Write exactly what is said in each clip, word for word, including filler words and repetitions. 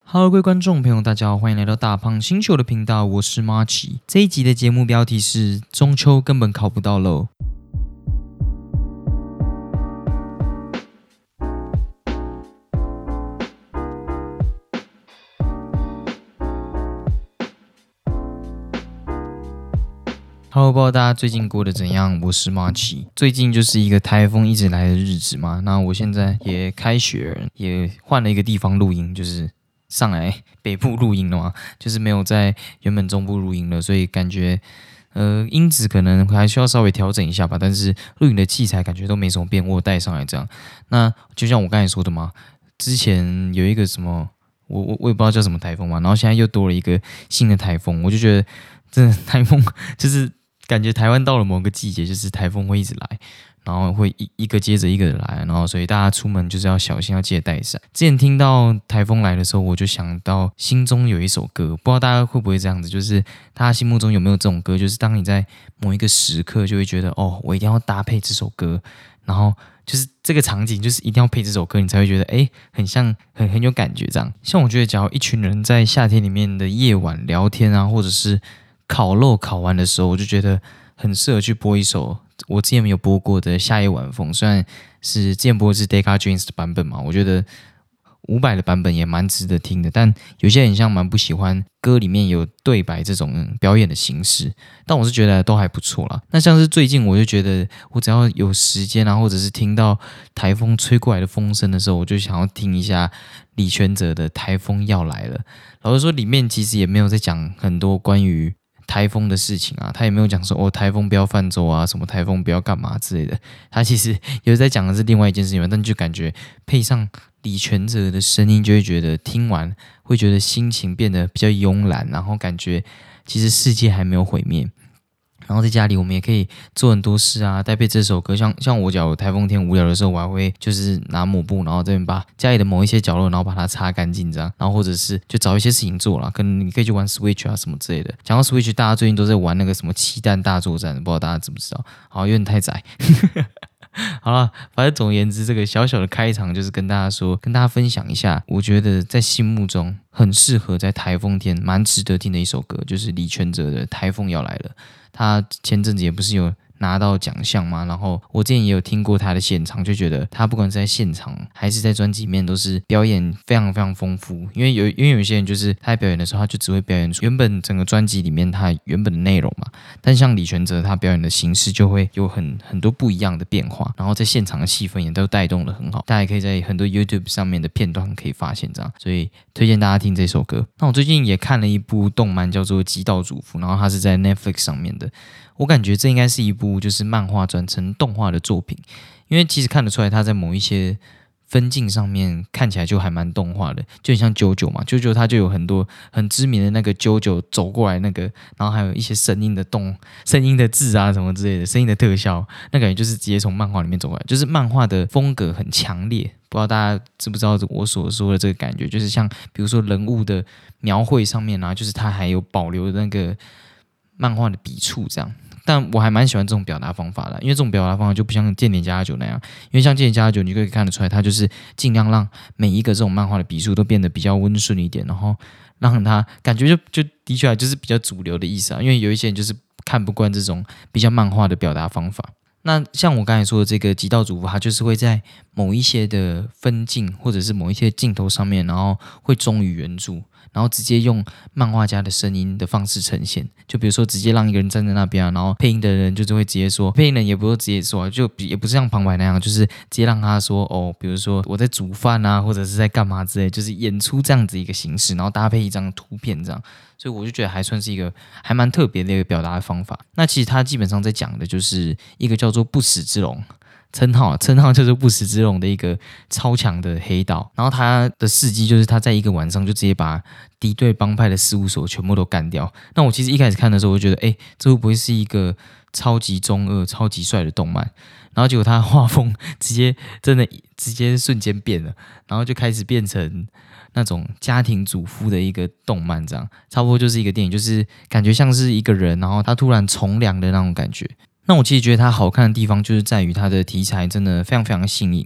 Hello，各位观众朋友，大家好，欢迎来到大胖星球的频道，我是马奇。这一集的节目标题是中秋根本考不到喽。Hello，不知道大家最近过得怎样？我是马奇。最近就是一个台风一直来的日子嘛，那我现在也开学了，也换了一个地方录音，就是上来北部录音了嘛，就是没有在原本中部录音了，所以感觉呃音质可能还需要稍微调整一下吧。但是录影的器材感觉都没什么变，我有带上来这样。那就像我刚才说的嘛，之前有一个什么，我我我也不知道叫什么台风嘛，然后现在又多了一个新的台风，我就觉得真的台风就是感觉台湾到了某个季节，就是台风会一直来。然后会一一个接着一个的来，然后所以大家出门就是要小心，要记得带伞。之前听到台风来的时候，我就想到心中有一首歌，不知道大家会不会这样子，就是大家心目中有没有这种歌，就是当你在某一个时刻就会觉得，哦，我一定要搭配这首歌，然后就是这个场景就是一定要配这首歌，你才会觉得，哎，很像很很有感觉这样。像我觉得，假如一群人在夏天里面的夜晚聊天啊，或者是烤肉烤完的时候，我就觉得很适合去播一首我之前没有播过的《夏夜晚风》，虽然是之前播的是 Decca Jones 的版本嘛，我觉得伍佰的版本也蛮值得听的，但有些人像蛮不喜欢歌里面有对白这种表演的形式，但我是觉得都还不错啦。那像是最近我就觉得，我只要有时间啊，或者是听到台风吹过来的风声的时候，我就想要听一下李全哲的《台风要来了》。老实说，里面其实也没有在讲很多关于台风的事情啊，他也没有讲说哦，台风不要泛舟啊，什么台风不要干嘛之类的。他其实有在讲的是另外一件事情，但就感觉配上李全哲的声音，就会觉得听完会觉得心情变得比较慵懒，然后感觉其实世界还没有毁灭。然后在家里我们也可以做很多事啊，搭配这首歌，像像我假如台风天无聊的时候，我还会就是拿抹布，然后这边把家里的某一些角落，然后把它擦干净这样，然后或者是就找一些事情做啦，可能你可以去玩 Switch 啊什么之类的。讲到 Switch， 大家最近都在玩那个什么漆弹大作战，不知道大家知不知道？好，有点太窄。好了，反正总而言之，这个小小的开场就是跟大家说，跟大家分享一下，我觉得在心目中很适合在台风天蛮值得听的一首歌，就是李全哲的《台风要来了》。他前阵子也不是有拿到奖项嘛，然后我之前也有听过他的现场，就觉得他不管是在现场还是在专辑里面都是表演非常非常丰富。因为有因为有些人就是他在表演的时候，他就只会表演出原本整个专辑里面他原本的内容嘛，但像李全哲他表演的形式就会有很很多不一样的变化，然后在现场的气氛也都带动得很好，大家也可以在很多 YouTube 上面的片段可以发现这样，所以推荐大家听这首歌。那我最近也看了一部动漫叫做《极道主夫》，然后它是在 Netflix 上面的。我感觉这应该是一部就是漫画转成动画的作品，因为其实看得出来它在某一些分镜上面看起来就还蛮动画的，就很像啾啾嘛，啾啾它就有很多很知名的那个啾啾走过来那个，然后还有一些声音的动、声音的字啊什么之类的，声音的特效，那感觉就是直接从漫画里面走过来，就是漫画的风格很强烈。不知道大家知不知道我所说的这个感觉，就是像比如说人物的描绘上面啊，就是它还有保留那个漫画的笔触这样。但我还蛮喜欢这种表达方法的，因为这种表达方法就不像间谍加加酒那样，因为像间谍加加酒你可以看得出来，它就是尽量让每一个这种漫画的笔数都变得比较温顺一点，然后让它感觉就就的确就是比较主流的意思啊，因为有一些人就是看不惯这种比较漫画的表达方法。那像我刚才说的这个极道主夫，它就是会在某一些的分镜或者是某一些镜头上面，然后会忠于原著，然后直接用漫画家的声音的方式呈现，就比如说直接让一个人站在那边啊，然后配音的人就是会直接说，配音人也不会直接说，就也不是像旁白那样，就是直接让他说哦，比如说我在煮饭啊，或者是在干嘛之类，就是演出这样子一个形式，然后搭配一张图片这样，所以我就觉得还算是一个还蛮特别的一个表达的方法。那其实他基本上在讲的就是一个叫做不死之龙。称号称号就是不死之龙的一个超强的黑道，然后他的事迹就是他在一个晚上就直接把敌对帮派的事务所全部都干掉。那我其实一开始看的时候，我就觉得，哎，这会不会是一个超级中二、超级帅的动漫？然后结果他画风直接真的直接瞬间变了，然后就开始变成那种家庭主妇的一个动漫，这样差不多就是一个电影，就是感觉像是一个人，然后他突然从良的那种感觉。那我其实觉得它好看的地方就是在于它的题材真的非常非常新颖，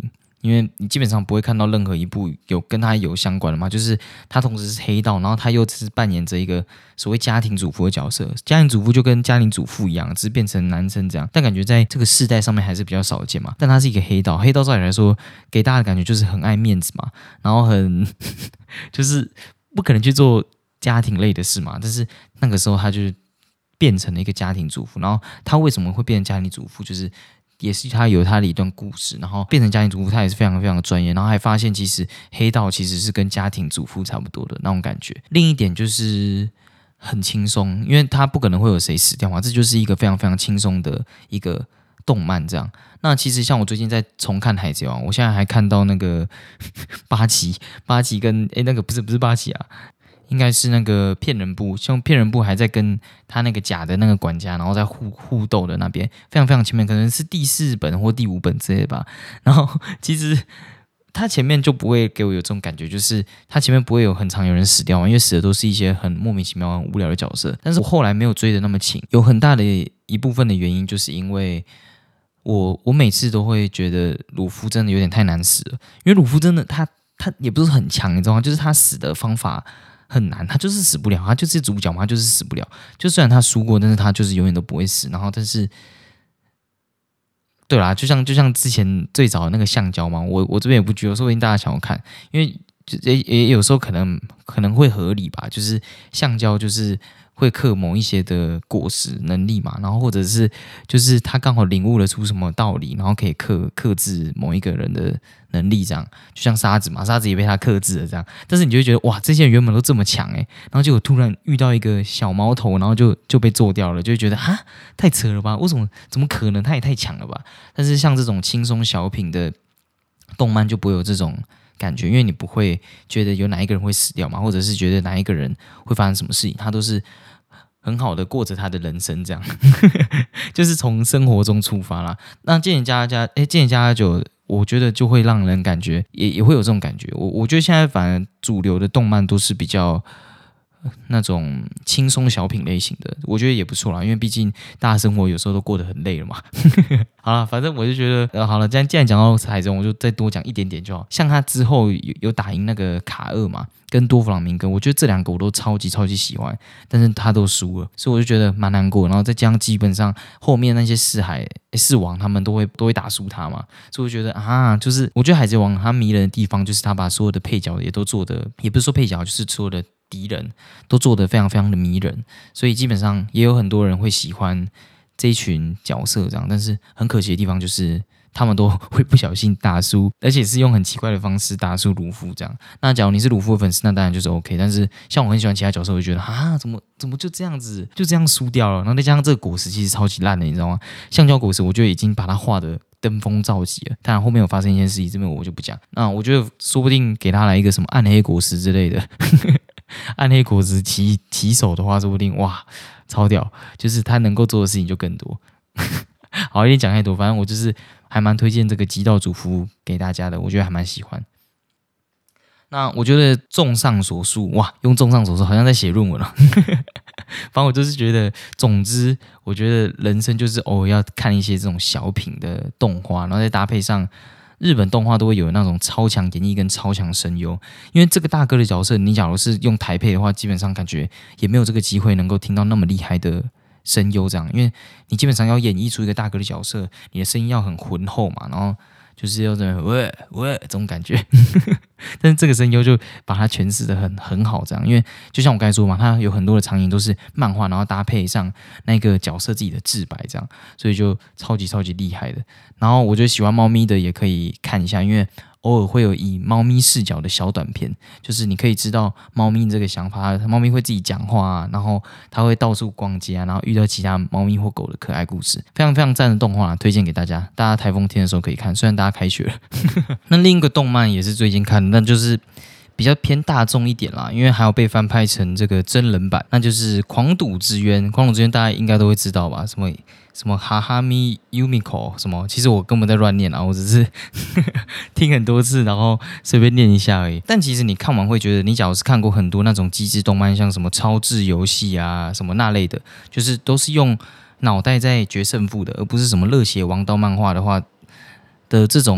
因为你基本上不会看到任何一部有跟他有相关的嘛，就是他同时是黑道，然后他又是扮演着一个所谓家庭主妇的角色，家庭主妇就跟家庭主妇一样，只是变成男生这样，但感觉在这个世代上面还是比较少见嘛。但他是一个黑道，黑道照理来说给大家的感觉就是很爱面子嘛，然后很就是不可能去做家庭类的事嘛，但是那个时候他就是变成了一个家庭主妇，然后他为什么会变成家庭主妇，就是也是他有他的一段故事，然后变成家庭主妇，他也是非常非常的专业，然后还发现其实黑道其实是跟家庭主妇差不多的那种感觉。另一点就是很轻松，因为他不可能会有谁死掉嘛，这就是一个非常非常轻松的一个动漫这样。那其实像我最近在重看海贼王，我现在还看到那个八岐八岐跟诶那个不是不是八岐啊，应该是那个骗人部，像骗人部还在跟他那个假的那个管家，然后在互互斗的那边，非常非常前面，可能是第四本或第五本之类的吧。然后其实他前面就不会给我有这种感觉，就是他前面不会有很常有人死掉嘛，因为死的都是一些很莫名其妙、很无聊的角色。但是我后来没有追的那么勤，有很大的一部分的原因就是因为我我每次都会觉得鲁夫真的有点太难死了，因为鲁夫真的他他也不是很强，你知道吗？就是他死的方法很难，他就是死不了，他就是主角嘛，他就是死不了。就虽然他输过，但是他就是永远都不会死。然后，但是，对啦，就像就像之前最早的那个橡胶嘛，我我这边也不觉得，说不定大家想要看，因为也也有时候可能可能会合理吧，就是橡胶就是会克某一些的果实能力嘛，然后或者是就是他刚好领悟了出什么道理，然后可以克克制某一个人的能力，这样就像沙子嘛，沙子也被他克制了这样，但是你就会觉得哇，这些人原本都这么强哎，然后结果突然遇到一个小毛头，然后就就被做掉了，就会觉得哈太扯了吧，为什么怎么可能，他也太强了吧？但是像这种轻松小品的动漫就不会有这种感觉，因为你不会觉得有哪一个人会死掉嘛，或者是觉得哪一个人会发生什么事情，他都是很好的过着他的人生，这样就是从生活中出发啦。那剑剑加加，哎，剑剑加加九，我觉得就会让人感觉也也会有这种感觉。我我觉得现在反而主流的动漫都是比较那种轻松小品类型的，我觉得也不错啦，因为毕竟大家生活有时候都过得很累了嘛。好了，反正我就觉得，呃，好了，既然既然讲到海贼王，我就再多讲一点点就好。像他之后有有打赢那个卡厄嘛，跟多弗朗明哥，我觉得这两个我都超级超级喜欢，但是他都输了，所以我就觉得蛮难过。然后再加上基本上后面那些四海四王他们都会都会打输他嘛，所以我觉得啊，就是我觉得海贼王他迷人的地方就是他把所有的配角也都做的，也不是说配角，就是所有的敌人都做得非常非常的迷人，所以基本上也有很多人会喜欢这一群角色这样，但是很可惜的地方就是他们都会不小心打输，而且是用很奇怪的方式打输鲁夫这样。那假如你是鲁夫的粉丝，那当然就是 OK， 但是像我很喜欢其他角色，我就觉得啊，怎么怎么就这样子就这样输掉了？然后再加上这个果实其实超级烂的，你知道吗？橡胶果实我觉得已经把它画的登峰造极了，当然后面有发生一件事情，这边我就不讲。那我觉得说不定给他来一个什么暗黑果实之类的。暗黑果实骑骑手的话，说不定哇超屌，就是他能够做的事情就更多。好，有点讲太多，反正我就是还蛮推荐这个极道主夫给大家的，我觉得还蛮喜欢。那我觉得综上所述，哇，用综上所述好像在写论文了。反正我就是觉得，总之，我觉得人生就是偶尔要看一些这种小品的动画，然后再搭配上日本动画都会有那种超强演绎跟超强声优，因为这个大哥的角色，你假如是用台配的话，基本上感觉也没有这个机会能够听到那么厉害的声优这样，因为你基本上要演绎出一个大哥的角色，你的声音要很浑厚嘛，然后就是要这种喂喂这种感觉。但是这个声优就把它诠释的很很好，这样，因为就像我刚才说嘛，它有很多的场景都是漫画，然后搭配上那个角色自己的自白，这样，所以就超级超级厉害的。然后我觉得喜欢猫咪的也可以看一下，因为偶尔会有以猫咪视角的小短片，就是你可以知道猫咪这个想法，猫咪会自己讲话啊，然后它会到处逛街啊，然后遇到其他猫咪或狗的可爱故事，非常非常赞的动画啦，推荐给大家。大家台风天的时候可以看，虽然大家开学了。那另一个动漫也是最近看的，那就是比较偏大众一点啦，因为还有被翻拍成这个真人版，那就是《狂赌之渊》。《狂赌之渊》大家应该都会知道吧？什么什么哈哈咪 Yumiko 什么？其实我根本在乱念啊，我只是听很多次，然后随便念一下而已。但其实你看完会觉得，你假如是看过很多那种机制动漫，像什么超智游戏啊，什么那类的，就是都是用脑袋在决胜负的，而不是什么热血王道漫画的话的这种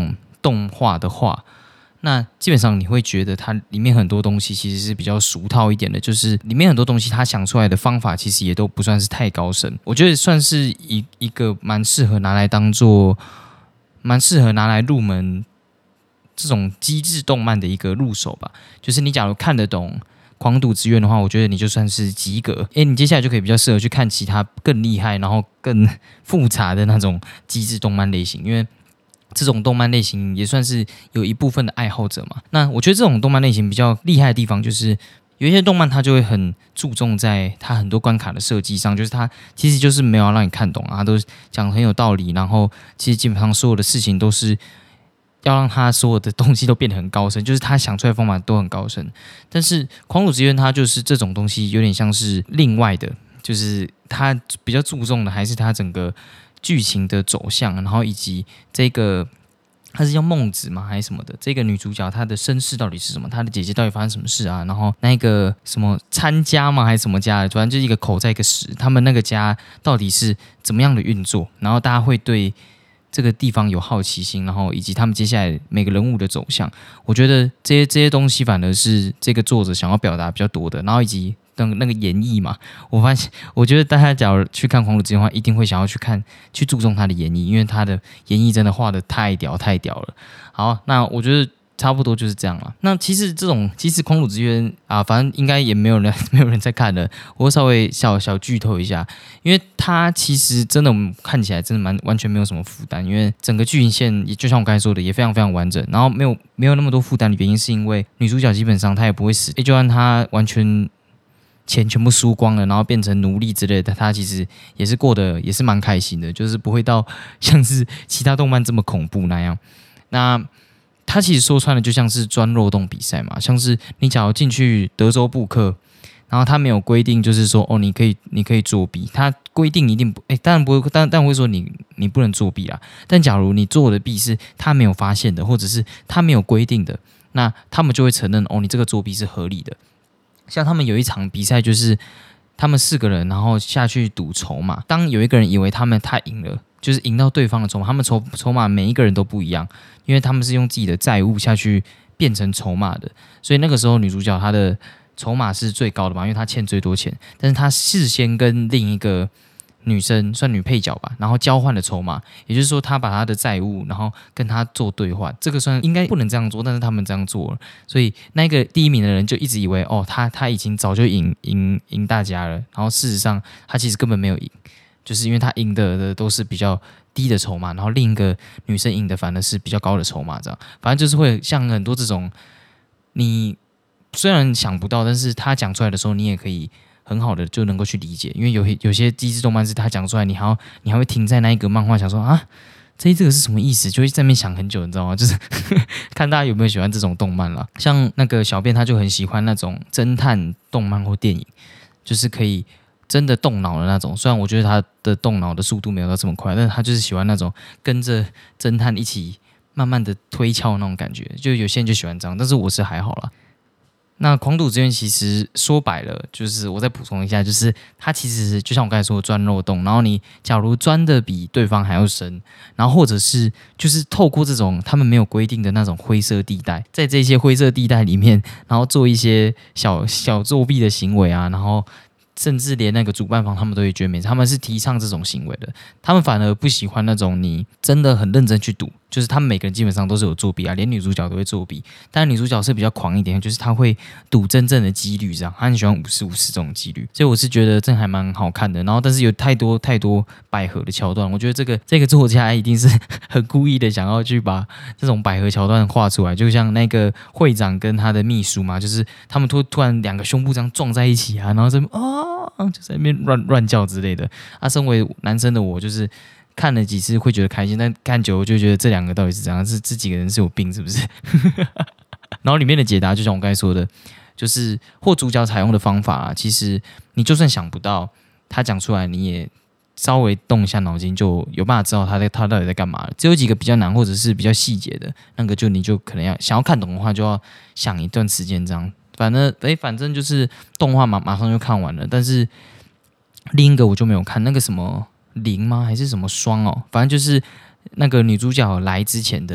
动画的话，那基本上你会觉得它里面很多东西其实是比较俗套一点的，就是里面很多东西它想出来的方法其实也都不算是太高深，我觉得算是一一个蛮适合拿来当做蛮适合拿来入门这种机制动漫的一个入手吧。就是你假如看得懂狂赌之渊的话，我觉得你就算是及格，诶，你接下来就可以比较适合去看其他更厉害然后更复杂的那种机制动漫类型，因为这种动漫类型也算是有一部分的爱好者嘛。那我觉得这种动漫类型比较厉害的地方，就是有一些动漫它就会很注重在它很多关卡的设计上，就是它其实就是没有让你看懂啊，都讲得很有道理，然后其实基本上所有的事情都是要让他所有的东西都变得很高深，就是他想出来的方法都很高深。但是狂赌之渊它就是这种东西有点像是另外的，就是他比较注重的还是他整个剧情的走向，然后以及这个她是叫孟子吗还是什么的，这个女主角她的身世到底是什么，她的姐姐到底发生什么事啊，然后那个什么参家吗还是什么家的，反正就是一个口在一个实，他们那个家到底是怎么样的运作，然后大家会对这个地方有好奇心，然后以及他们接下来每个人物的走向，我觉得这些这些东西反而是这个作者想要表达比较多的，然后以及那个那个演绎嘛，我发现我觉得大家假如去看《狂赌之渊》的话，一定会想要去看去注重他的演绎，因为他的演绎真的画的太屌太屌了。好，那我觉得差不多就是这样了。那其实这种其实《狂赌之渊》啊，反正应该也没有人没有人在看了，我稍微小小剧透一下，因为它其实真的我们看起来真的蛮完全没有什么负担，因为整个剧情线也就像我刚才说的，也非常非常完整，然后没有没有那么多负担的原因，是因为女主角基本上她也不会死，就算她完全钱全部输光了，然后变成奴隶之类的，他其实也是过得也是蛮开心的，就是不会到像是其他动漫这么恐怖那样。那他其实说穿了就像是钻漏洞比赛嘛，像是你假如进去德州扑克，然后他没有规定就是说哦你可以你可以作弊，他规定一定不，哎当然不会，当然会说你你不能作弊啦。但假如你做的弊是他没有发现的，或者是他没有规定的，那他们就会承认哦你这个作弊是合理的。像他们有一场比赛，就是他们四个人，然后下去赌筹码。当有一个人以为他们他赢了，就是赢到对方的筹码，他们筹筹码每一个人都不一样，因为他们是用自己的债务下去变成筹码的。所以那个时候女主角她的筹码是最高的嘛，因为她欠最多钱，但是她事先跟另一个女生算女配角吧，然后交换了筹码，也就是说她把她的债务然后跟她做兑换，这个算应该不能这样做，但是他们这样做了，所以那个第一名的人就一直以为哦他他已经早就赢赢赢大家了，然后事实上他其实根本没有赢，就是因为他赢的的都是比较低的筹码，然后另一个女生赢的反而是比较高的筹码，这样反正就是会像很多这种你虽然想不到，但是他讲出来的时候你也可以很好的就能够去理解，因为有有些机制动漫是他讲出来，你还要你还会停在那一个漫画想说啊，这这个是什么意思？就会在那边想很久，你知道吗？就是看大家有没有喜欢这种动漫啦。像那个小便他就很喜欢那种侦探动漫或电影，就是可以真的动脑的那种。虽然我觉得他的动脑的速度没有到这么快，但是他就是喜欢那种跟着侦探一起慢慢的推敲那种感觉。就有些人就喜欢这样，但是我是还好啦。那狂赌之渊其实说白了，就是我再补充一下，就是它其实就像我刚才说的钻漏洞，然后你假如钻的比对方还要深，然后或者是就是透过这种他们没有规定的那种灰色地带，在这些灰色地带里面，然后做一些小小作弊的行为啊，然后甚至连那个主办方他们都会觉得没事，他们是提倡这种行为的，他们反而不喜欢那种你真的很认真去赌，就是他们每个人基本上都是有作弊啊，连女主角都会作弊，但女主角是比较狂一点，就是她会赌真正的几率，这样她很喜欢五十五十这种几率，所以我是觉得这还蛮好看的。然后但是有太多太多百合的桥段，我觉得这个这个作家一定是很故意的想要去把这种百合桥段画出来，就像那个会长跟他的秘书嘛，就是他们突突然两个胸部这样撞在一起啊，然后这边啊。就在那边乱乱叫之类的啊，身为男生的我就是看了几次会觉得开心，但看久我就觉得这两个到底是怎样，是这几个人是有病是不是？然后里面的解答就像我刚才说的，就是或主角采用的方法啊，其实你就算想不到，他讲出来你也稍微动一下脑筋就有办法知道他在他到底在干嘛了。只有几个比较难或者是比较细节的那个，就你就可能要想要看懂的话，就要想一段时间这样。反正哎，反正就是动画马马上就看完了，但是另一个我就没有看，那个什么零吗？还是什么双哦？反正就是那个女主角来之前的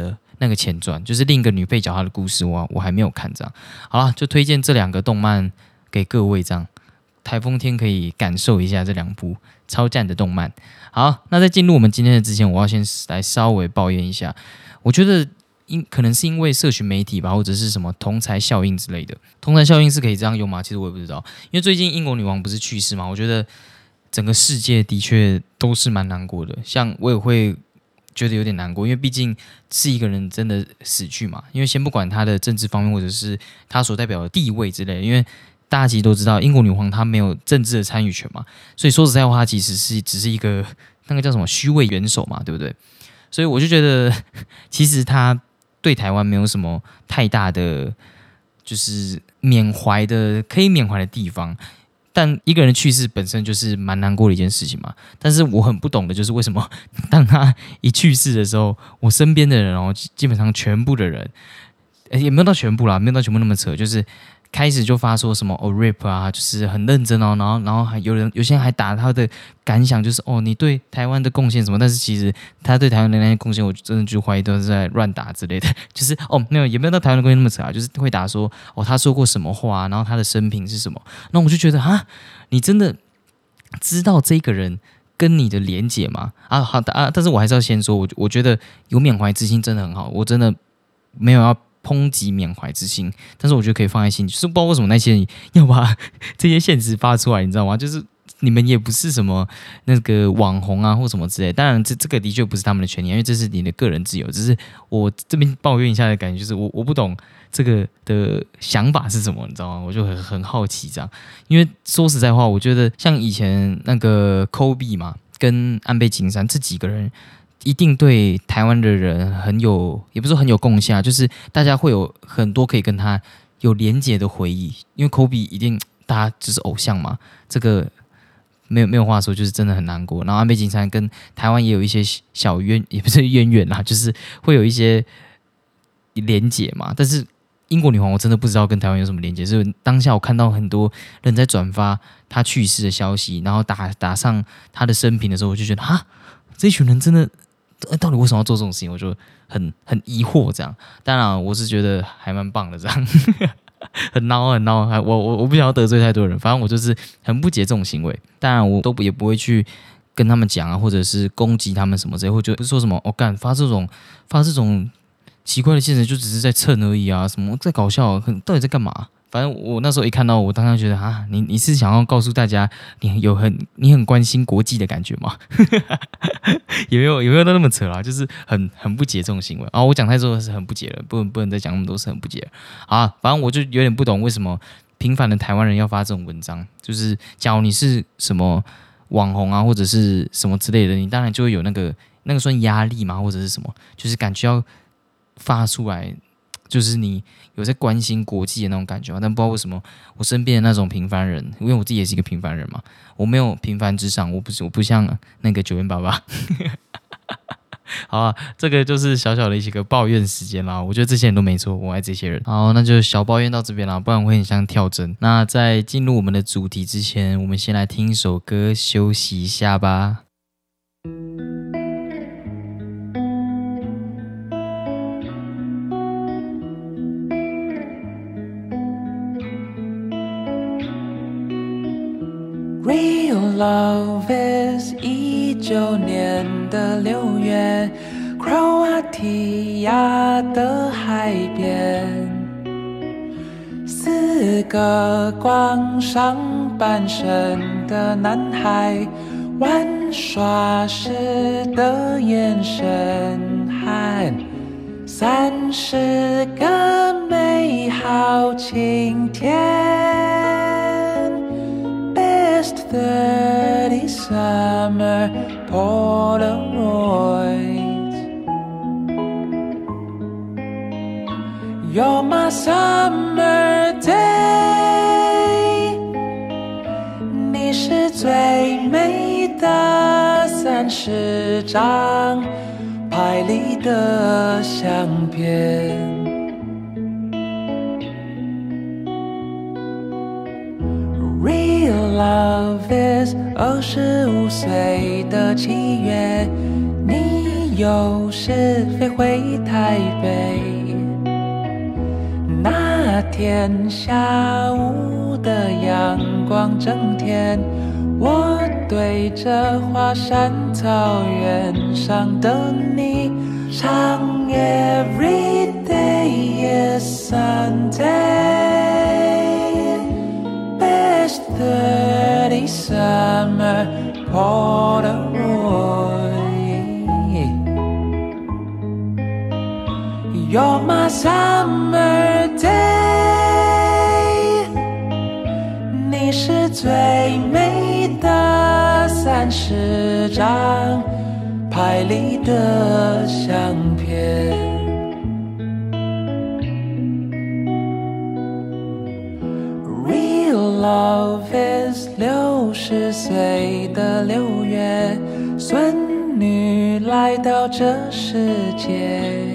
那个前传，就是另一个女配角她的故事，我我还没有看这样。好了，就推荐这两个动漫给各位这样。台风天可以感受一下这两部超赞的动漫。好，那在进入我们今天的之前，我要先来稍微抱怨一下。我觉得因可能是因为社群媒体吧，或者是什么同侪效应之类的。同侪效应是可以这样用吗？其实我也不知道。因为最近英国女王不是去世嘛，我觉得整个世界的确都是蛮难过的。像我也会觉得有点难过，因为毕竟是一个人真的死去嘛。因为先不管他的政治方面，或者是他所代表的地位之类的，因为大家其实都知道，英国女皇她没有政治的参与权嘛，所以说实在话，她其实是只是一个那个叫什么虚位元首嘛，对不对？所以我就觉得，其实她对台湾没有什么太大的就是缅怀的可以缅怀的地方。但一个人去世本身就是蛮难过的一件事情嘛。但是我很不懂的就是为什么当他一去世的时候，我身边的人哦，基本上全部的人，也没有到全部啦，没有到全部那么扯，就是开始就发说什么哦 rip 啊，就是很认真哦，然后然后还有人有些人还打他的感想，就是哦你对台湾的贡献什么，但是其实他对台湾的那些贡献，我真的就怀疑都是在乱打之类的，就是哦没有也没有到台湾的贡献那么扯啊，就是会打说哦他说过什么话，然后他的生平是什么，那我就觉得啊，你真的知道这个人跟你的连结吗？啊好的啊，但是我还是要先说，我我觉得有缅怀之心真的很好，我真的没有要抨击缅怀之心，但是我觉得可以放在心里，就是不知道为什么那些人要把这些现实发出来，你知道吗？就是你们也不是什么那个网红啊或什么之类的，当然这这个的确不是他们的权利，因为这是你的个人自由。只是我这边抱怨一下的感觉，就是我我不懂这个的想法是什么，你知道吗？我就很很好奇这样，因为说实在话，我觉得像以前那个 Kobe 嘛，跟安倍晋三这几个人。一定对台湾的人很有，也不是说很有贡献啊，就是大家会有很多可以跟他有连结的回忆，因为 Kobe 一定大家就是偶像嘛，这个没有没有话说，就是真的很难过。然后安倍晋三跟台湾也有一些小渊，也不是渊源啦，就是会有一些连结嘛。但是英国女皇我真的不知道跟台湾有什么连结，所以当下我看到很多人在转发她去世的消息，然后打打上她的生平的时候，我就觉得哈，这群人真的。到底为什么要做这种事情？我就很很疑惑这样。当然，我是觉得还蛮棒的这样，很孬很孬。我我我不想要得罪太多人，反正我就是很不解这种行为。当然，我都也不会去跟他们讲啊，或者是攻击他们什么之类，或者不是说什么哦干发这种发这种奇怪的现实，就只是在蹭而已啊，什么在搞笑，很到底在干嘛？反正我那时候一看到，我当时觉得啊，你你是想要告诉大家，你有很你很关心国际的感觉吗？有没有有没有那么扯啊？就是很很不解这种行为啊！我讲太多是很不解了，不能不能再讲那么多是很不解了啊！反正我就有点不懂为什么平凡的台湾人要发这种文章，就是假如你是什么网红啊，或者是什么之类的，你当然就会有那个那个算压力嘛，或者是什么，就是感觉要发出来。就是你有在关心国际的那种感觉，但不知道为什么我身边的那种平凡人，因为我自己也是一个平凡人嘛，我没有平凡之上，我不是我不像那个九元爸爸。好啊，这个就是小小的一个抱怨时间啦。我觉得这些人都没错，我爱这些人。好，那就小抱怨到这边啦，不然我会很像跳针。那在进入我们的主题之前，我们先来听一首歌休息一下吧。 Real love is 一九年的六月，克罗埃提亚的海边，四个光上半身的男孩玩耍时的眼神，和三十个美好晴天。thirty summer Polaroids. You're my summer day. 你是最美的三十张拍里的相片。Real love is 二十五岁的七月，你有时飞回台北。那天下午的阳光正甜，我对着华山草原上的你唱 Every day is Sunday Best thirty summer Polaroid You're my summer day 你是最美的三十张拍立得相片 Real love is 六十岁的六月孙女来到这世界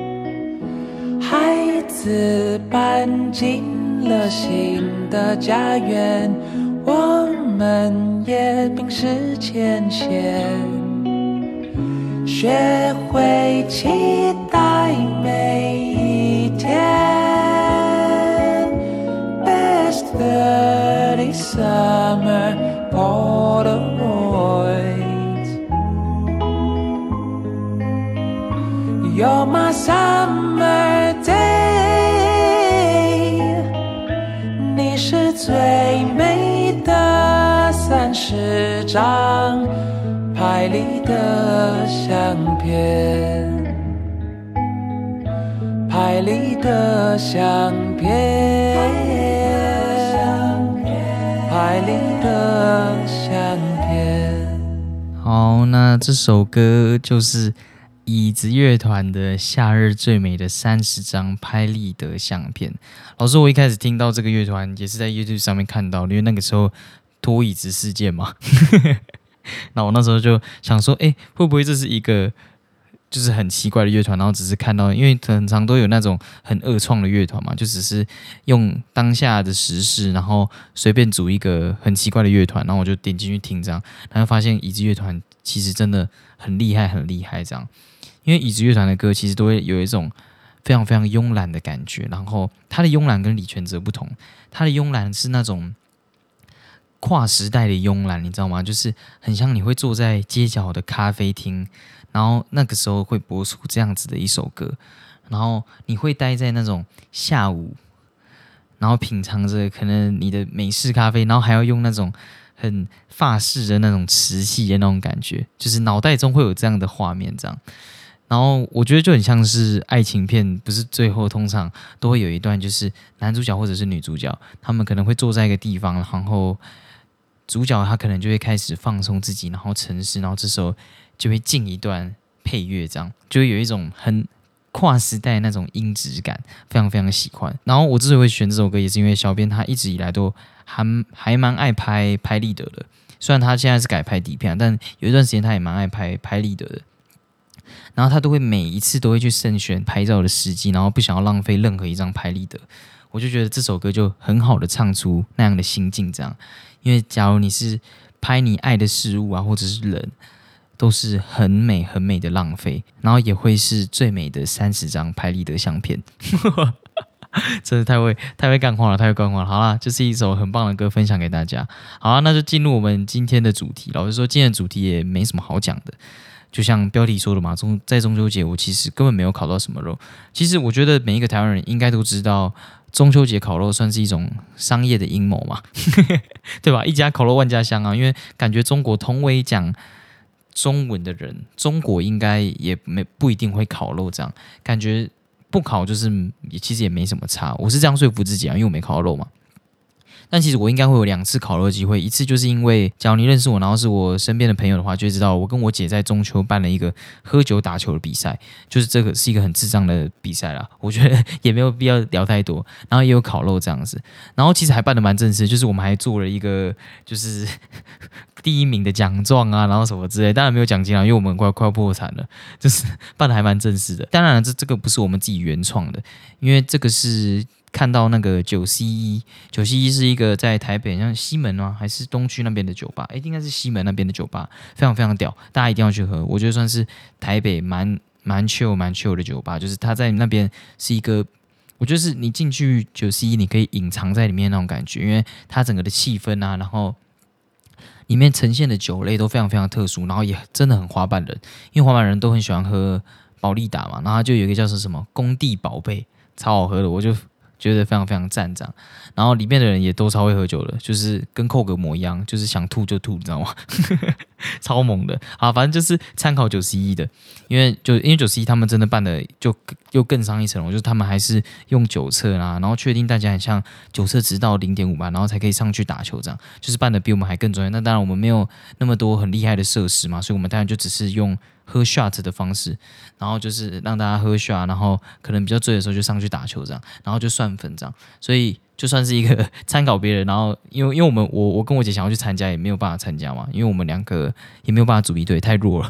孩子搬进了新的家园我们也冰释前嫌学会期待每一天 Best thirty summer Polaroids You're my summer day 你是最美的三十张拍立得相片拍立得相片拍立得相片好，那这首歌就是椅子乐团的《夏日最美的三十张拍立得相片》。老师，我一开始听到这个乐团也是在 YouTube 上面看到的，因为那个时候拖椅子事件嘛。那我那时候就想说，哎，会不会这是一个就是很奇怪的乐团？然后只是看到，因为很常都有那种很恶创的乐团嘛，就只是用当下的时事，然后随便组一个很奇怪的乐团，然后我就点进去听这样，然后发现椅子乐团其实真的很厉害，很厉害这样。因为椅子乐团的歌其实都会有一种非常非常慵懒的感觉，然后他的慵懒跟李全哲不同，他的慵懒是那种跨时代的慵懒，你知道吗？就是很像你会坐在街角的咖啡厅，然后那个时候会播出这样子的一首歌，然后你会待在那种下午，然后品尝着可能你的美式咖啡，然后还要用那种很法式的那种瓷器的那种感觉，就是脑袋中会有这样的画面这样。然后我觉得就很像是爱情片，不是最后通常都会有一段，就是男主角或者是女主角，他们可能会坐在一个地方，然后主角他可能就会开始放松自己，然后沉思，然后这时候就会进一段配乐，这样就会有一种很跨时代那种音质感，非常非常喜欢。然后我之所以会选这首歌，也是因为小编他一直以来都还还蛮爱拍拍立得的，虽然他现在是改拍底片，但有一段时间他也蛮爱拍拍立得的。然后他都会每一次都会去慎选拍照的时机，然后不想要浪费任何一张拍立得。我就觉得这首歌就很好的唱出那样的心境，这样。因为假如你是拍你爱的事物啊，或者是人，都是很美很美的浪费，然后也会是最美的三十张拍立得相片。真的太会太会干话了，太会干话了。好啦，这是一首很棒的歌，分享给大家。好啦，那就进入我们今天的主题。老实说，今天的主题也没什么好讲的。就像标题说的嘛，中在中秋节我其实根本没有烤到什么肉。其实我觉得每一个台湾人应该都知道，中秋节烤肉算是一种商业的阴谋嘛，对吧？一家烤肉万家香啊，因为感觉中国同为讲中文的人，中国应该也没不一定会烤肉，这样感觉不烤就是也其实也没什么差。我是这样说服自己啊，因为我没烤到肉嘛。但其实我应该会有两次烤肉的机会，一次就是因为假如你认识我，然后是我身边的朋友的话，就会知道我跟我姐在中秋办了一个喝酒打球的比赛，就是这个是一个很智障的比赛啦，我觉得也没有必要聊太多，然后也有烤肉这样子，然后其实还办得蛮正式，就是我们还做了一个就是第一名的奖状啊，然后什么之类，当然没有奖金啊，因为我们快快要破产了，就是办得还蛮正式的。当然这这个不是我们自己原创的，因为这个是看到那个九 C 一，九 C 一是一个在台北像西门啊还是东区那边的酒吧，哎，应该是西门那边的酒吧，非常非常屌，大家一定要去喝。我觉得算是台北蛮蛮 chill 蛮 chill 的酒吧，就是它在那边是一个。我觉得是你进去九 C 一，你可以隐藏在里面那种感觉，因为它整个的气氛啊，然后里面呈现的酒类都非常非常特殊，然后也真的很滑板人，因为滑板人都很喜欢喝保利达嘛，然后它就有一个叫做什么工地宝贝，超好喝的，我就觉得非常非常赞这样。然后里面的人也都超会喝酒的，就是跟寇格模一样，就是想吐就吐，你知道吗？超猛的啊！反正就是参考九 C 一的，因为就因为九 C 一他们真的办的就又更上一层楼，就是他们还是用酒测啦，然后确定大家很像酒测值到 零点五 吧，然后才可以上去打球这样，就是办的比我们还更专业。那当然我们没有那么多很厉害的设施嘛，所以我们当然就只是用喝 shot 的方式，然后就是让大家喝 shot， 然后可能比较醉的时候就上去打球这样，然后就算分这样，所以就算是一个参考别人，然后因为因为我们我我跟我姐想要去参加也没有办法参加嘛，因为我们两个也没有办法组一队，太弱了，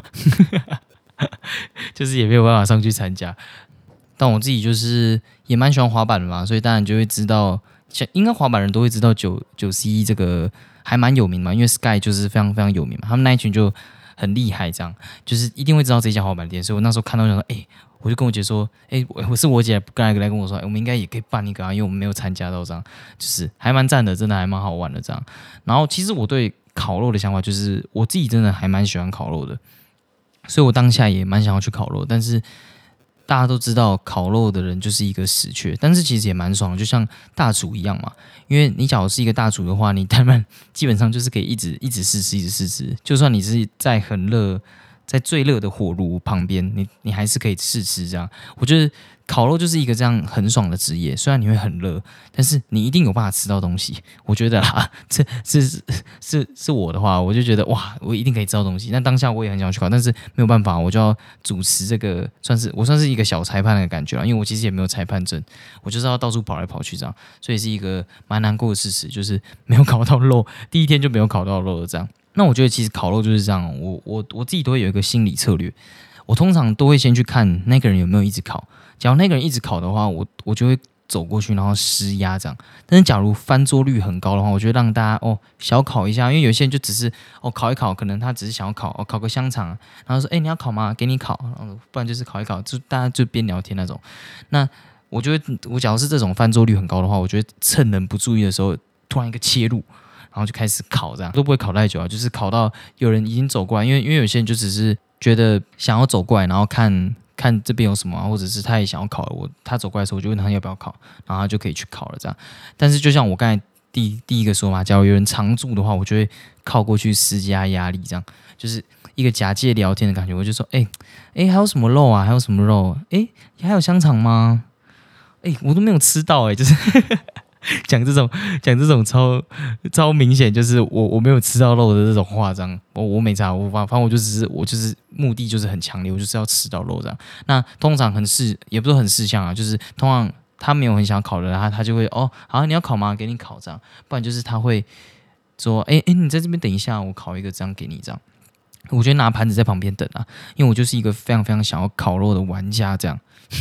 就是也没有办法上去参加。但我自己就是也蛮喜欢滑板的嘛，所以当然就会知道，像应该滑板人都会知道九九 C 一这个还蛮有名嘛，因为 Sky 就是非常非常有名嘛，他们那一群就很厉害，这样就是一定会知道这家滑板店。所以我那时候看到就说，哎、欸，我就跟我姐说，哎、欸，我是我姐刚才来跟我说，欸、我们应该也可以办一个啊，因为我们没有参加到这样，就是还蛮赞的，真的还蛮好玩的这样。然后其实我对烤肉的想法就是，我自己真的还蛮喜欢烤肉的，所以我当下也蛮想要去烤肉，但是大家都知道烤肉的人就是一个死缺，但是其实也蛮爽的，就像大厨一样嘛。因为你假如是一个大厨的话，你当然基本上就是可以一直一直试吃，一直试吃。就算你是在很热、在最热的火炉旁边，你你还是可以试吃这样。我觉得烤肉就是一个这样很爽的职业，虽然你会很热，但是你一定有办法吃到东西。我觉得啦，这是是是是我的话，我就觉得哇，我一定可以吃到东西。那当下我也很想去烤，但是没有办法，我就要主持这个，算是我算是一个小裁判的感觉啦，因为我其实也没有裁判证，我就是要到处跑来跑去这样，所以是一个蛮难过的事实，就是没有烤到肉，第一天就没有烤到肉了这样。那我觉得其实烤肉就是这样，我我我自己都会有一个心理策略，我通常都会先去看那个人有没有一直烤。假如那个人一直烤的话，我我就会走过去，然后施压这样。但是假如翻桌率很高的话，我就会让大家哦小烤一下，因为有些人就只是哦烤一烤，可能他只是想要烤哦烤个香肠，然后说哎、欸、你要烤吗？给你烤，然后不然就是烤一烤，就大家就边聊天那种。那我觉得我假如是这种翻桌率很高的话，我觉得趁人不注意的时候，突然一个切入。然后就开始烤，这样都不会烤太久啊，就是烤到有人已经走过来，因为因为有些人就只是觉得想要走过来，然后看看这边有什么、啊，或者是他也想要烤了，我他走过来的时候，我就问他要不要烤，然后他就可以去烤了这样。但是就像我刚才第第一个说嘛，假如有人常驻的话，我就会靠过去施加压力，这样就是一个假借聊天的感觉。我就说，哎、欸、哎、欸，还有什么肉啊？还有什么肉？哎、欸，还有香肠吗？哎、欸，我都没有吃到、欸，哎，就是。讲这种讲这种超超明显，就是我我没有吃到肉的这种话，这样我我没查，我反正我就只是我就是目的就是很强烈，我就是要吃到肉这样。那通常很事也不是很事项啊，就是通常他没有很想烤的，他他就会哦好你要烤吗？给你烤这样，不然就是他会说哎哎你在这边等一下，我烤一个这样给你这样。我觉得拿盘子在旁边等啊，因为我就是一个非常非常想要烤肉的玩家这样。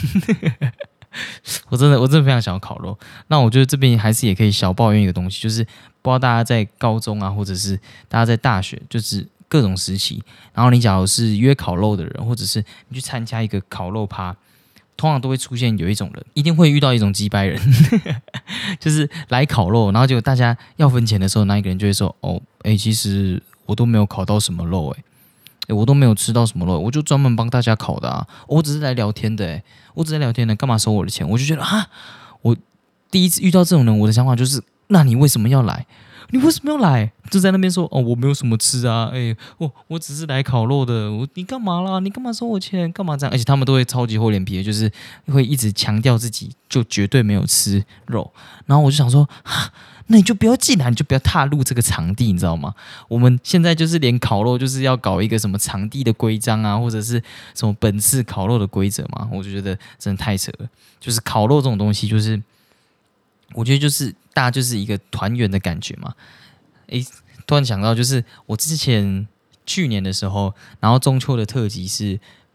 我真的，我真的非常想要烤肉。那我觉得这边还是也可以小抱怨一个东西，就是不知道大家在高中啊，或者是大家在大学，就是各种时期，然后你假如是约烤肉的人，或者是你去参加一个烤肉趴，通常都会出现有一种人，一定会遇到一种鸡掰人，就是来烤肉，然后结果大家要分钱的时候，那一个人就会说：“哦，哎、欸，其实我都没有烤到什么肉、欸，哎。”欸、我都没有吃到什么肉，我就专门帮大家烤的啊！我只是来聊天的、欸，我只是来聊天的，干嘛收我的钱？我就觉得啊，我第一次遇到这种人，我的想法就是：那你为什么要来？你为什么要来？就在那边说哦，我没有什么吃啊，哎、欸，我我只是来烤肉的，我你干嘛啦？你干嘛收我钱？干嘛这样？而且他们都会超级厚脸皮的，就是会一直强调自己就绝对没有吃肉。然后我就想说，哈。那你就不要进来，你就不要踏入这个场地，你知道吗？我们现在就是连烤肉就是要搞一个什么场地的规章啊，或者是什么本次烤肉的规则嘛，我就觉得真的太扯了。就是烤肉这种东西，就是我觉得就是大家就是一个团圆的感觉嘛。诶，突然想到，就是我之前去年的时候，然后中秋的特辑是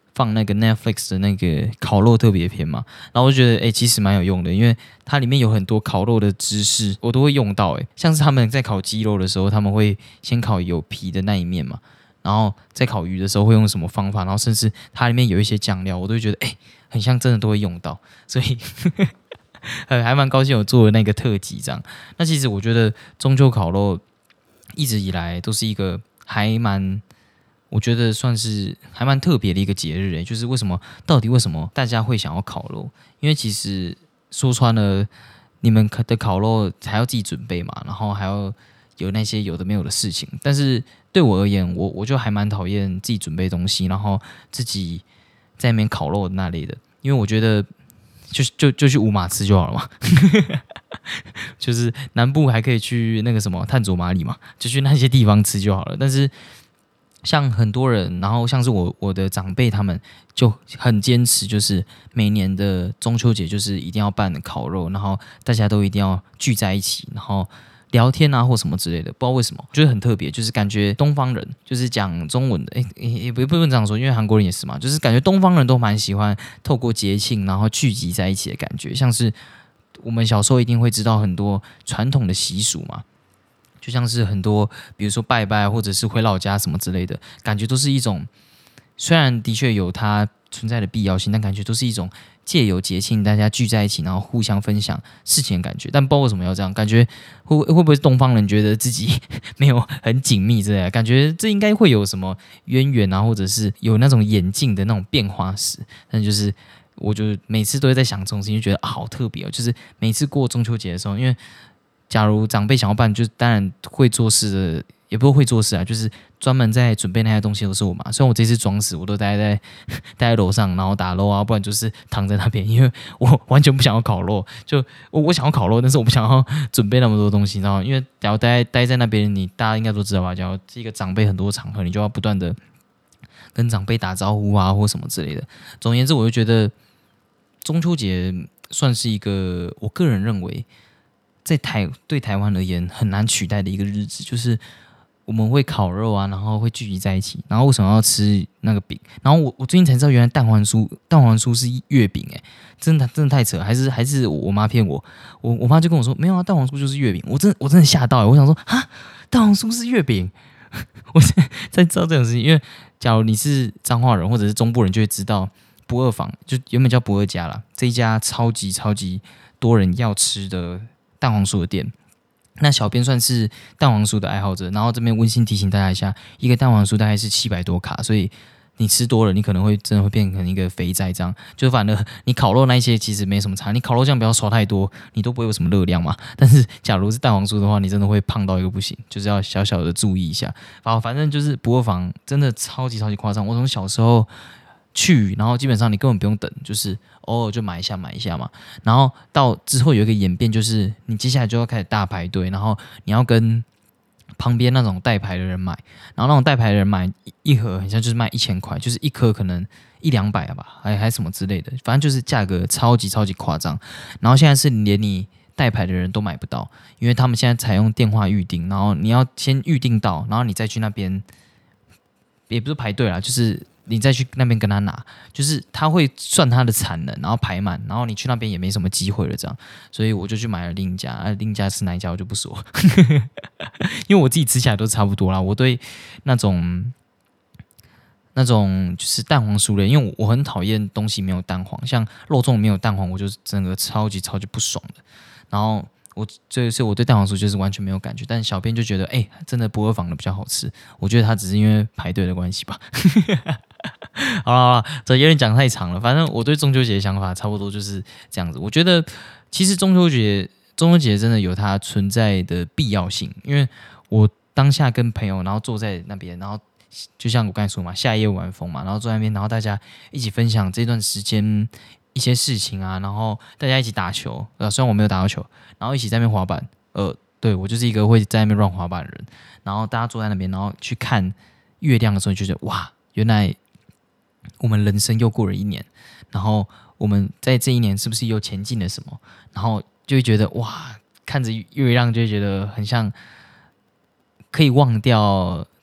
放那个 Netflix 的那个烤肉特别篇嘛，然后我就觉得哎、欸，其实蛮有用的，因为它里面有很多烤肉的知识，我都会用到哎、欸，像是他们在烤鸡肉的时候，他们会先烤有皮的那一面嘛，然后在烤鱼的时候会用什么方法，然后甚至它里面有一些酱料，我都会觉得哎、欸，很像真的都会用到，所以还蛮高兴我做的那个特辑这样。那其实我觉得中秋烤肉一直以来都是一个还蛮。我觉得算是还蛮特别的一个节日诶，就是为什么到底为什么大家会想要烤肉？因为其实说穿了，你们的烤肉还要自己准备嘛，然后还要有那些有的没有的事情。但是对我而言，我我就还蛮讨厌自己准备东西，然后自己在那边烤肉那类的，因为我觉得就就就去五马吃就好了嘛。就是南部还可以去那个什么探索马里嘛，就去那些地方吃就好了。但是像很多人，然后像是我我的长辈他们就很坚持，就是每年的中秋节就是一定要办烤肉，然后大家都一定要聚在一起，然后聊天啊或什么之类的，不知道为什么，觉得很特别，就是感觉东方人就是讲中文的，哎也不不能这样说，因为韩国人也是嘛，就是感觉东方人都蛮喜欢透过节庆然后聚集在一起的感觉，像是我们小时候一定会知道很多传统的习俗嘛。就像是很多，比如说拜拜，或者是回老家什么之类的，感觉都是一种，虽然的确有它存在的必要性，但感觉都是一种借由节庆大家聚在一起，然后互相分享事情的感觉。但不知道为什么要这样，感觉会会不会是东方人觉得自己没有很紧密之类的，感觉这应该会有什么渊源啊，或者是有那种演进的那种变化史。但就是我就每次都会在想这种事情，就觉得、啊、好特别哦。就是每次过中秋节的时候，因为假如长辈想要办，就当然会做事的，也不是会做事啊，就是专门在准备那些东西都是我嘛。虽然我这次装死，我都待在待在楼上，然后打肉啊，不然就是躺在那边，因为我完全不想要烤肉。就我我想要烤肉，但是我不想要准备那么多东西，然后因为假如待待在那边，你大家应该都知道吧？假如这个长辈很多场合，你就要不断的跟长辈打招呼啊，或什么之类的。总而言之，我就觉得中秋节算是一个我个人认为。在台对台湾而言很难取代的一个日子，就是我们会烤肉啊，然后会聚集在一起，然后为什么要吃那个饼？然后我我最近才知道，原来蛋黄酥蛋黄酥是月饼哎、欸，真的真的太扯，还是还是我妈骗我，我我妈就跟我说没有啊，蛋黄酥就是月饼，我真的我真的吓到哎、欸，我想说哈，蛋黄酥是月饼，我才才知道这种事情，因为假如你是彰化人或者是中部人，就会知道不二坊就原本叫不二家啦，这一家超级超级多人要吃的。蛋黄酥的店，那小编算是蛋黄酥的爱好者，然后这边温馨提醒大家一下，一个蛋黄酥大概是七百多卡，所以你吃多了，你可能会真的会变成一个肥宅这样。就反正你烤肉那一些其实没什么差，你烤肉酱不要刷太多，你都不会有什么热量嘛。但是假如是蛋黄酥的话，你真的会胖到一个不行，就是要小小的注意一下。然后反正就是不二坊真的超级超级夸张，我从小时候去，然后基本上你根本不用等，就是偶尔就买一下买一下嘛。然后到之后有一个演变，就是你接下来就要开始大排队，然后你要跟旁边那种代牌的人买，然后那种代牌的人买一盒，好像就是卖一千块，就是一颗可能一两百吧，还还什么之类的，反正就是价格超级超级夸张。然后现在是连你代牌的人都买不到，因为他们现在采用电话预订，然后你要先预订到，然后你再去那边，也不是排队啦，就是你再去那边跟他拿，就是他会算他的产能，然后排满，然后你去那边也没什么机会了，这样，所以我就去买了另一家，啊、另一家是哪一家我就不说，因为我自己吃起来都差不多啦。我对那种那种就是蛋黄酥类，因为我我很讨厌东西没有蛋黄，像肉粽没有蛋黄，我就整个超级超级不爽的。然后我这是我对蛋黄酥就是完全没有感觉，但小编就觉得，哎、欸，真的不二坊的比较好吃。我觉得他只是因为排队的关系吧。好了好了，这有点讲太长了。反正我对中秋节的想法差不多就是这样子。我觉得其实中秋节中秋节真的有它存在的必要性，因为我当下跟朋友然后坐在那边，然后就像我刚才说嘛，夏夜晚风嘛，然后坐在那边，然后大家一起分享这段时间一些事情啊，然后大家一起打球，呃，虽然我没有打到球，然后一起在那边滑板，呃，对我就是一个会在那边乱滑板的人，然后大家坐在那边，然后去看月亮的时候，就觉得哇，原来我们人生又过了一年，然后我们在这一年是不是又前进了什么？然后就会觉得哇，看着月亮就会觉得很像可以忘掉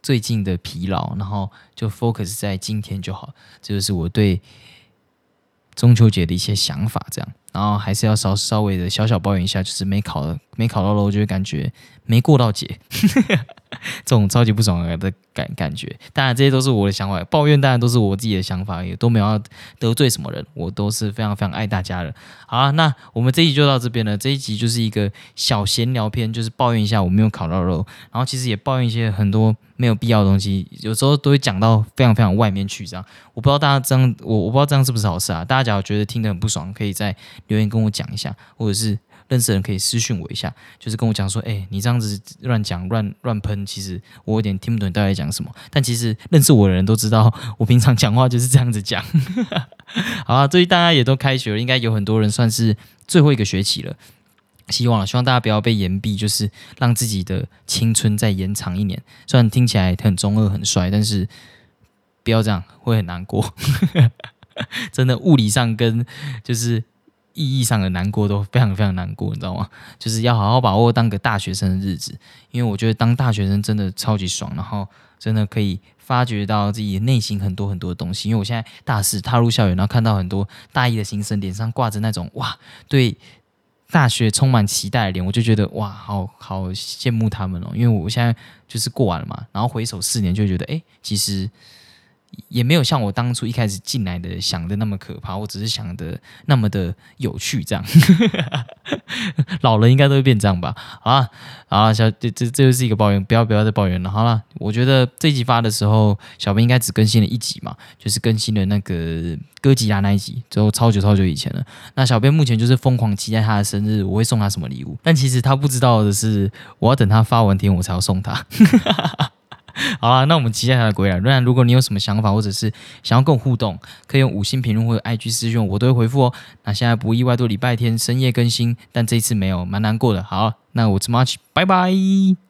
最近的疲劳，然后就 focus 在今天就好。这就是我对中秋节的一些想法，这样。然后还是要稍稍微的小小抱怨一下，就是没考没考到咯，就会感觉没过到节，这种超级不爽的感感觉。当然这些都是我的想法，抱怨当然都是我自己的想法，也都没有要得罪什么人，我都是非常非常爱大家的。好啊，那我们这一集就到这边了。这一集就是一个小闲聊篇，就是抱怨一下我没有考到肉，然后其实也抱怨一些很多没有必要的东西，有时候都会讲到非常非常外面去。这样，我不知道大家这样，我我不知道这样是不是好事啊？大家假如觉得听得很不爽，可以在留言跟我讲一下，或者是认识的人可以私讯我一下，就是跟我讲说，哎、欸，你这样子乱讲乱乱喷，其实我有点听不懂你到底在讲什么。但其实认识我的人都知道，我平常讲话就是这样子讲。好啊，最近大家也都开学了，应该有很多人算是最后一个学期了。希望了，希望大家不要被延毕，就是让自己的青春再延长一年。虽然听起来很中二很帅，但是不要这样，会很难过。真的，物理上跟就是意义上的难过都非常非常难过，你知道吗？就是要好好把握当个大学生的日子，因为我觉得当大学生真的超级爽，然后真的可以发掘到自己内心很多很多的东西。因为我现在大四踏入校园，然后看到很多大一的新生脸上挂着那种哇，对大学充满期待的脸，我就觉得哇，好好羡慕他们哦。因为我现在就是过完了嘛，然后回首四年，就觉得哎，其实也没有像我当初一开始进来的想的那么可怕，我只是想的那么的有趣，这样。老人应该都会变这样吧？好啦，好啦，小这这这就是一个抱怨，不要不要再抱怨了。好啦，我觉得这一集发的时候，小编应该只更新了一集嘛，就是更新了那个哥吉拉那一集，之后超久超久以前了。那小编目前就是疯狂期待他的生日，我会送他什么礼物？但其实他不知道的是，我要等他发完天我才要送他。好啦，那我们期待他的归来。当然，如果你有什么想法，或者是想要跟我互动，可以用五星评论或者 I G 私讯，我都会回复哦。那现在不意外都礼拜天深夜更新，但这一次没有，蛮难过的。好，那我是 March， 拜拜。